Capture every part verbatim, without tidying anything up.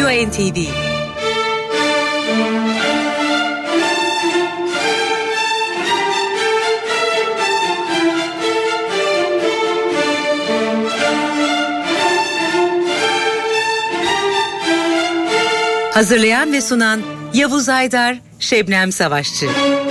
Stüdyo N T V. Hazırlayan ve sunan Yavuz Aydar, Şebnem Savaşçı.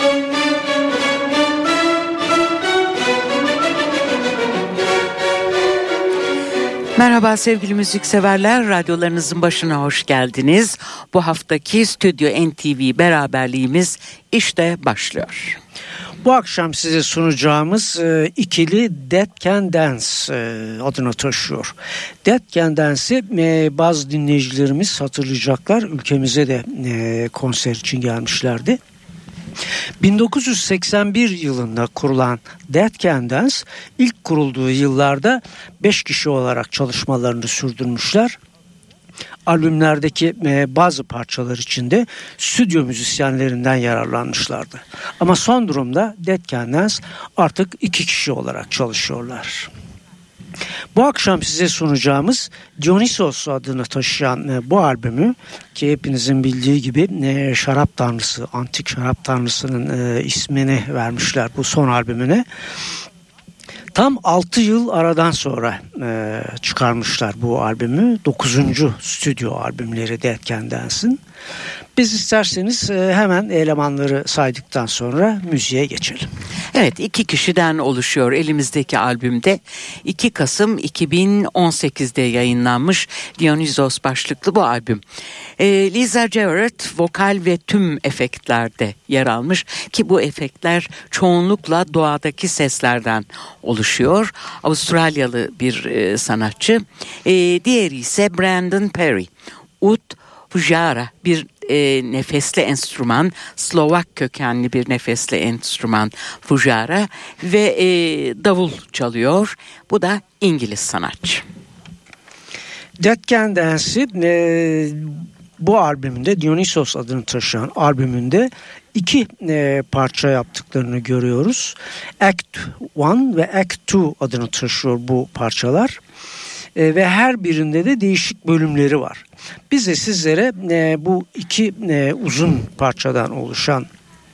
Merhaba sevgili müzikseverler, radyolarınızın başına hoş geldiniz. Bu haftaki Stüdyo N T V beraberliğimiz işte başlıyor. Bu akşam size sunacağımız e, ikili Dead Can Dance e, adını taşıyor. Dead Can Dance'i e, bazı dinleyicilerimiz hatırlayacaklar. Ülkemize de e, konser için gelmişlerdi. bin dokuz yüz seksen bir yılında kurulan Dead Can Dance ilk kurulduğu yıllarda beş kişi olarak çalışmalarını sürdürmüşler. Albümlerdeki e, bazı parçalar içinde stüdyo müzisyenlerinden yararlanmışlardı. Ama son durumda Dead Can Dance artık iki kişi olarak çalışıyorlar. Bu akşam size sunacağımız Dionysos adını taşıyan e, bu albümü, ki hepinizin bildiği gibi e, şarap tanrısı, antik şarap tanrısının e, ismini vermişler bu son albümüne. Tam altı yıl aradan sonra e, çıkarmışlar bu albümü. dokuzuncu stüdyo albümleri Dead Can Dance'ın. Biz isterseniz e, hemen elemanları saydıktan sonra müziğe geçelim. Evet, iki kişiden oluşuyor elimizdeki albümde. iki Kasım iki bin on sekizde yayınlanmış Dionysos başlıklı bu albüm. E, Lisa Gerrard vokal ve tüm efektlerde yer almış ki bu efektler çoğunlukla doğadaki seslerden oluşuyor. Avustralyalı bir e, sanatçı. E, diğeri ise Brandon Perry. Ud Fujara bir e, nefesli enstrüman, Slovak kökenli bir nefesli enstrüman Fujara ve e, davul çalıyor. Bu da İngiliz sanatçı. Dead Can Dance'i e, bu albümünde, Dionysos adını taşıyan albümünde iki e, parça yaptıklarını görüyoruz. Act bir ve Act iki adını taşıyor bu parçalar. E, ve her birinde de değişik bölümleri var. Biz de sizlere e, bu iki e, uzun parçadan oluşan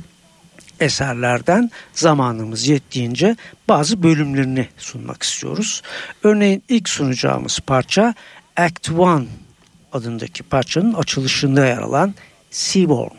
eserlerden zamanımız yettiğince bazı bölümlerini sunmak istiyoruz. Örneğin ilk sunacağımız parça Act bir adındaki parçanın açılışında yer alan Seaborn.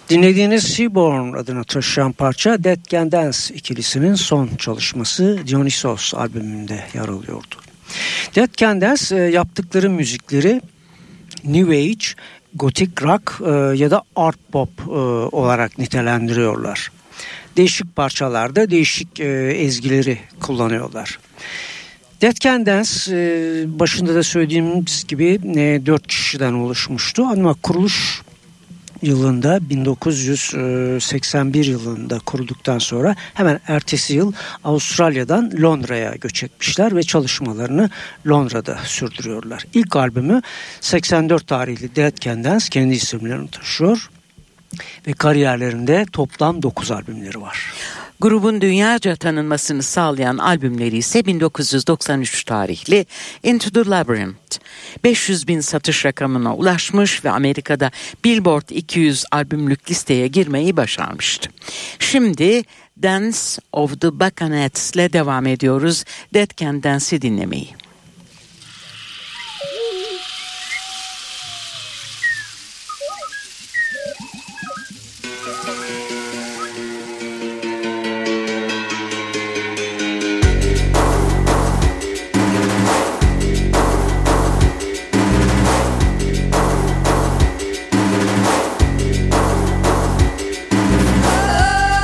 Dinlediğiniz Seaborn adını taşıyan parça Dead Can Dance ikilisinin son çalışması Dionysos albümünde yer alıyordu. Dead Can Dance yaptıkları müzikleri New Age, Gothic Rock ya da Art Pop olarak nitelendiriyorlar. Değişik parçalarda değişik ezgileri kullanıyorlar. Dead Can Dance başında da söylediğimiz gibi dört kişiden oluşmuştu ama kuruluş yılında bin dokuz yüz seksen bir yılında kurulduktan sonra hemen ertesi yıl Avustralya'dan Londra'ya göç etmişler ve çalışmalarını Londra'da sürdürüyorlar. İlk albümü seksen dört tarihli Dead Can Dance kendi isimlerini taşıyor ve kariyerlerinde toplam dokuz albümleri var. Grubun dünyaca tanınmasını sağlayan albümleri ise bin dokuz yüz doksan üç tarihli Into the Labyrinth. beş yüz bin satış rakamına ulaşmış ve Amerika'da Billboard iki yüz albümlük listeye girmeyi başarmıştı. Şimdi Dance of the Bacchanals ile devam ediyoruz. Dead Can Dance'i dinlemeyi.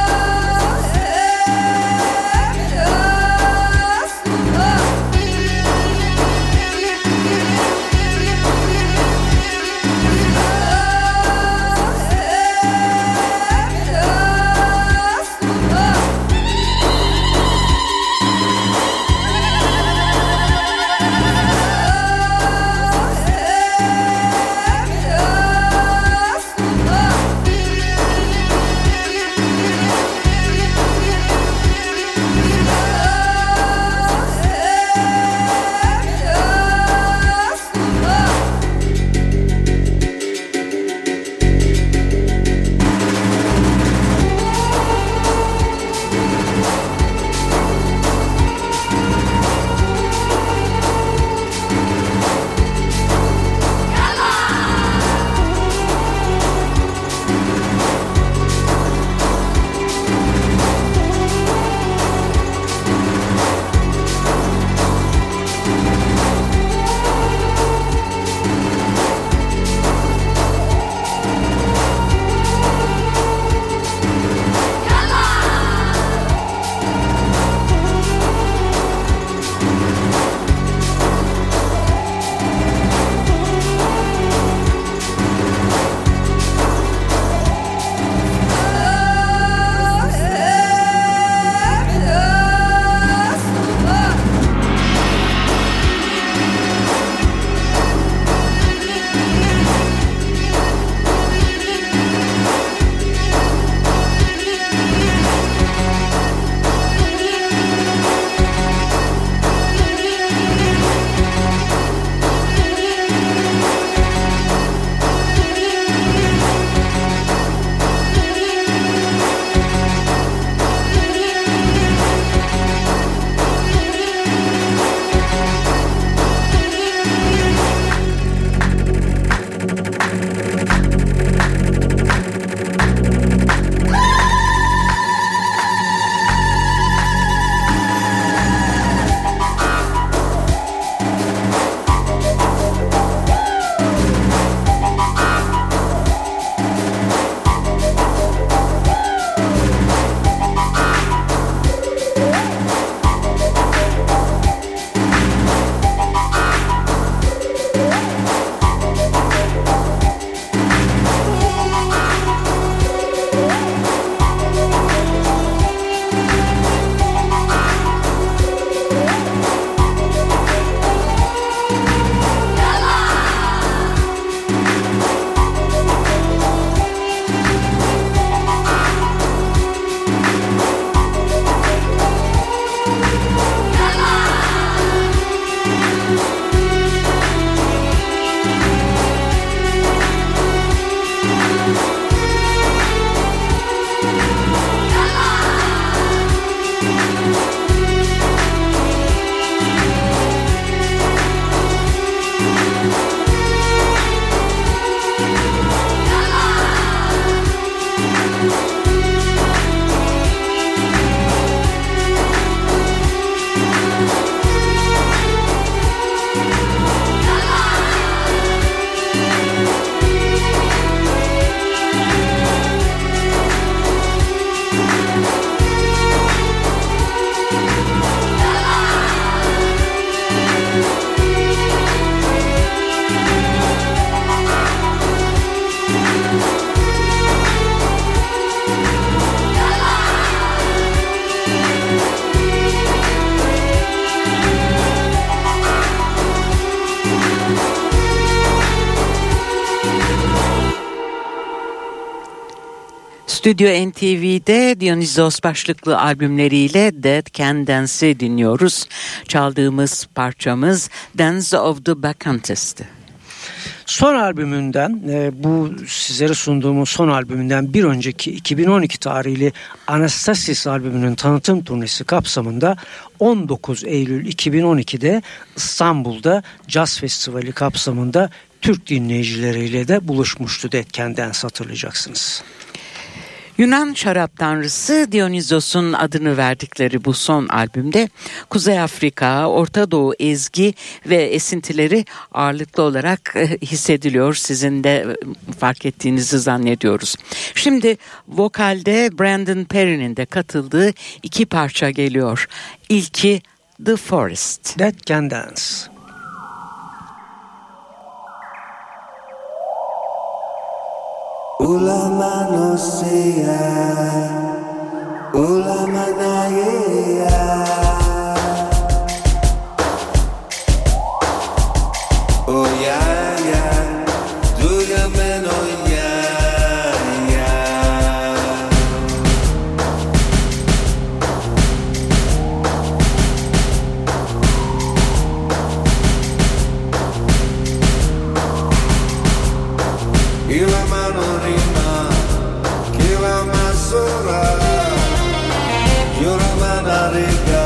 Oh, Stüdyo N T V'de Dionysos başlıklı albümleriyle Dead Can Dance'i dinliyoruz. Çaldığımız parçamız Dance of the Bacchantes'ti. Son albümünden, bu sizlere sunduğumuz son albümünden bir önceki iki bin on iki tarihli Anastasis albümünün tanıtım turnesi kapsamında on dokuz Eylül iki bin on iki'de İstanbul'da Caz Festivali kapsamında Türk dinleyicileriyle de buluşmuştu Dead Can Dance, hatırlayacaksınız. Yunan şarap tanrısı Dionysos'un adını verdikleri bu son albümde Kuzey Afrika, Orta Doğu ezgi ve esintileri ağırlıklı olarak hissediliyor. Sizin de fark ettiğinizi zannediyoruz. Şimdi vokalde Brandon Perry'nin de katıldığı iki parça geliyor. İlki The Forest. Dead Can Dance. Ulama no sea, ulama na yeah. Oh yeah yeah, do ya men oh yeah yeah. Ulama no Sura, Yoramana Riga.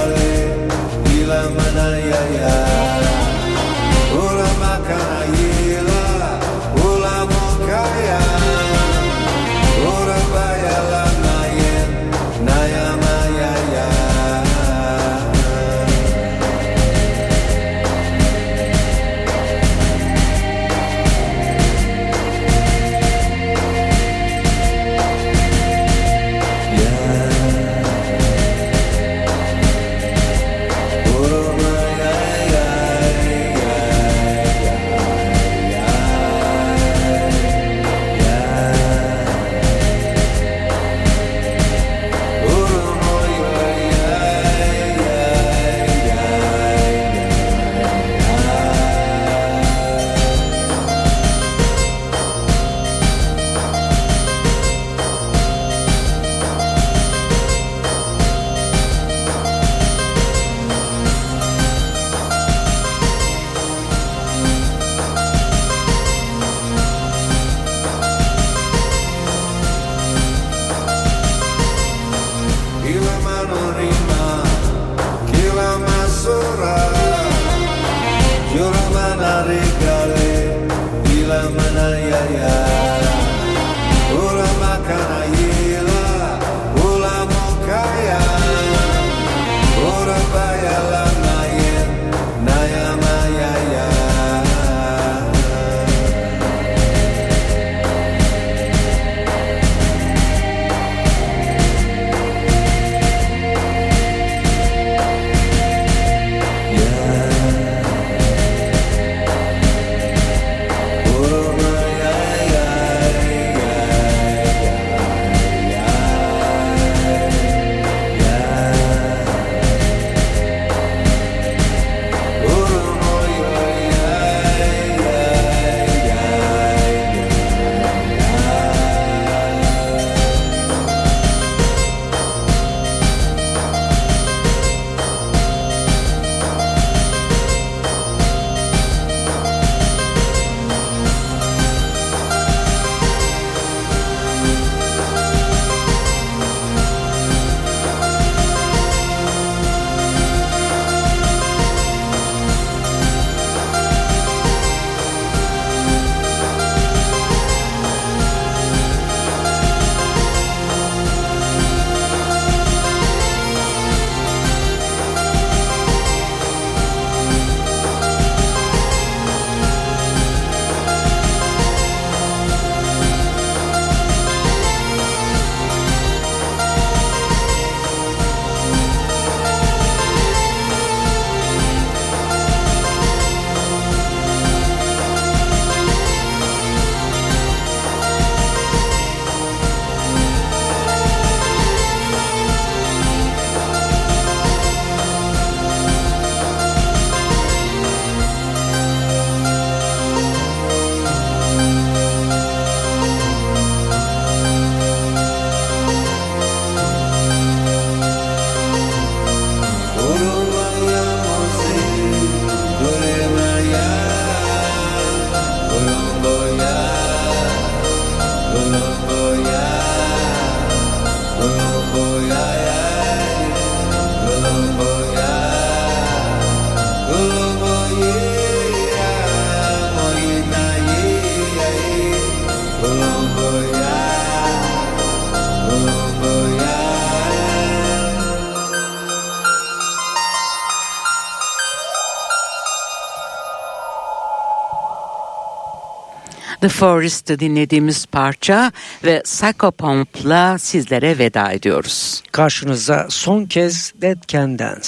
The Forest'ı dinlediğimiz parça ve Psychopomp'la sizlere veda ediyoruz. Karşınıza son kez Dead Can Dance.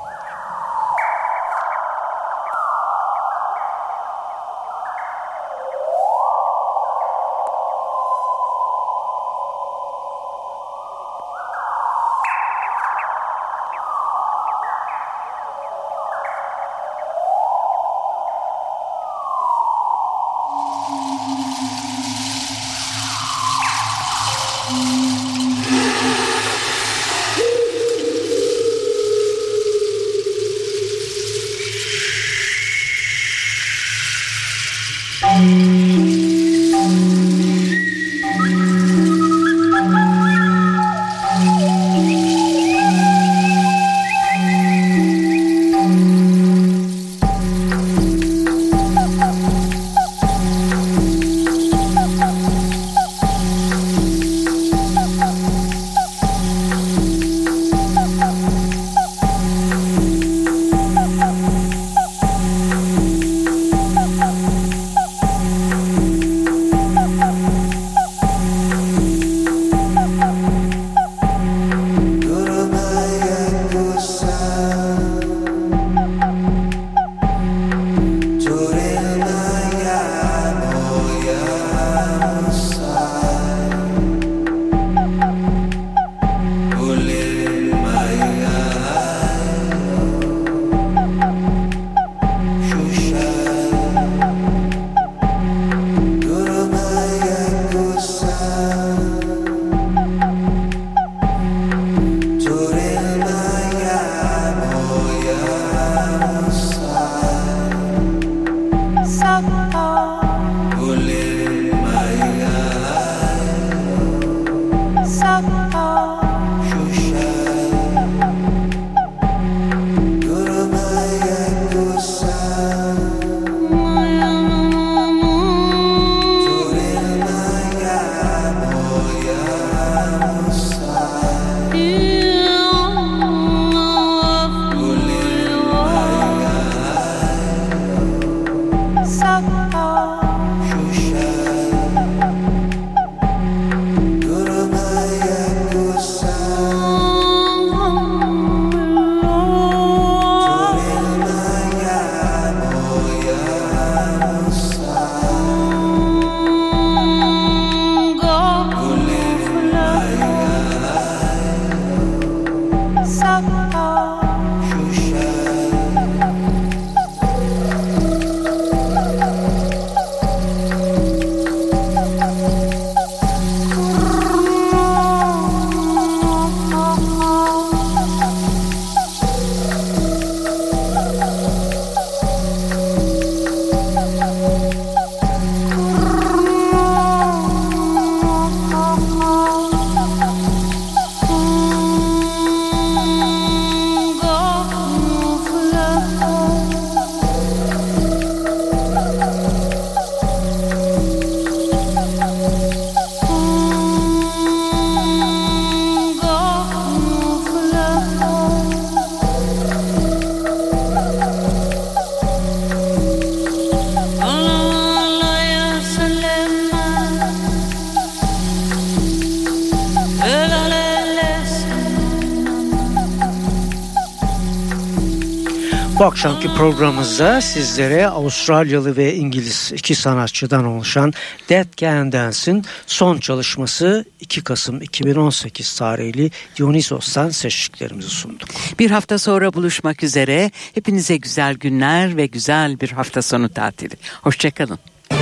Bu akşamki programımızda sizlere Avustralyalı ve İngiliz iki sanatçıdan oluşan Dead Can Dance'in son çalışması iki Kasım iki bin on sekiz tarihli Dionysos'tan seçtiklerimizi sunduk. Bir hafta sonra buluşmak üzere. Hepinize güzel günler ve güzel bir hafta sonu tatili. Hoşçakalın.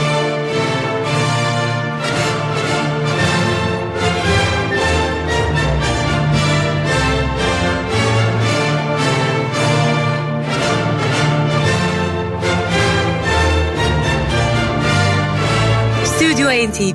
Stüdyo N T V.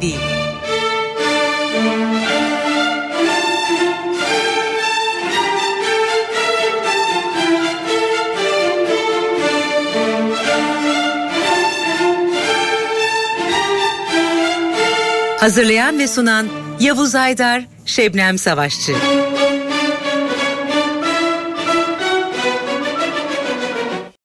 Hazırlayan ve sunan Yavuz Aydar, Şebnem Savaşçı.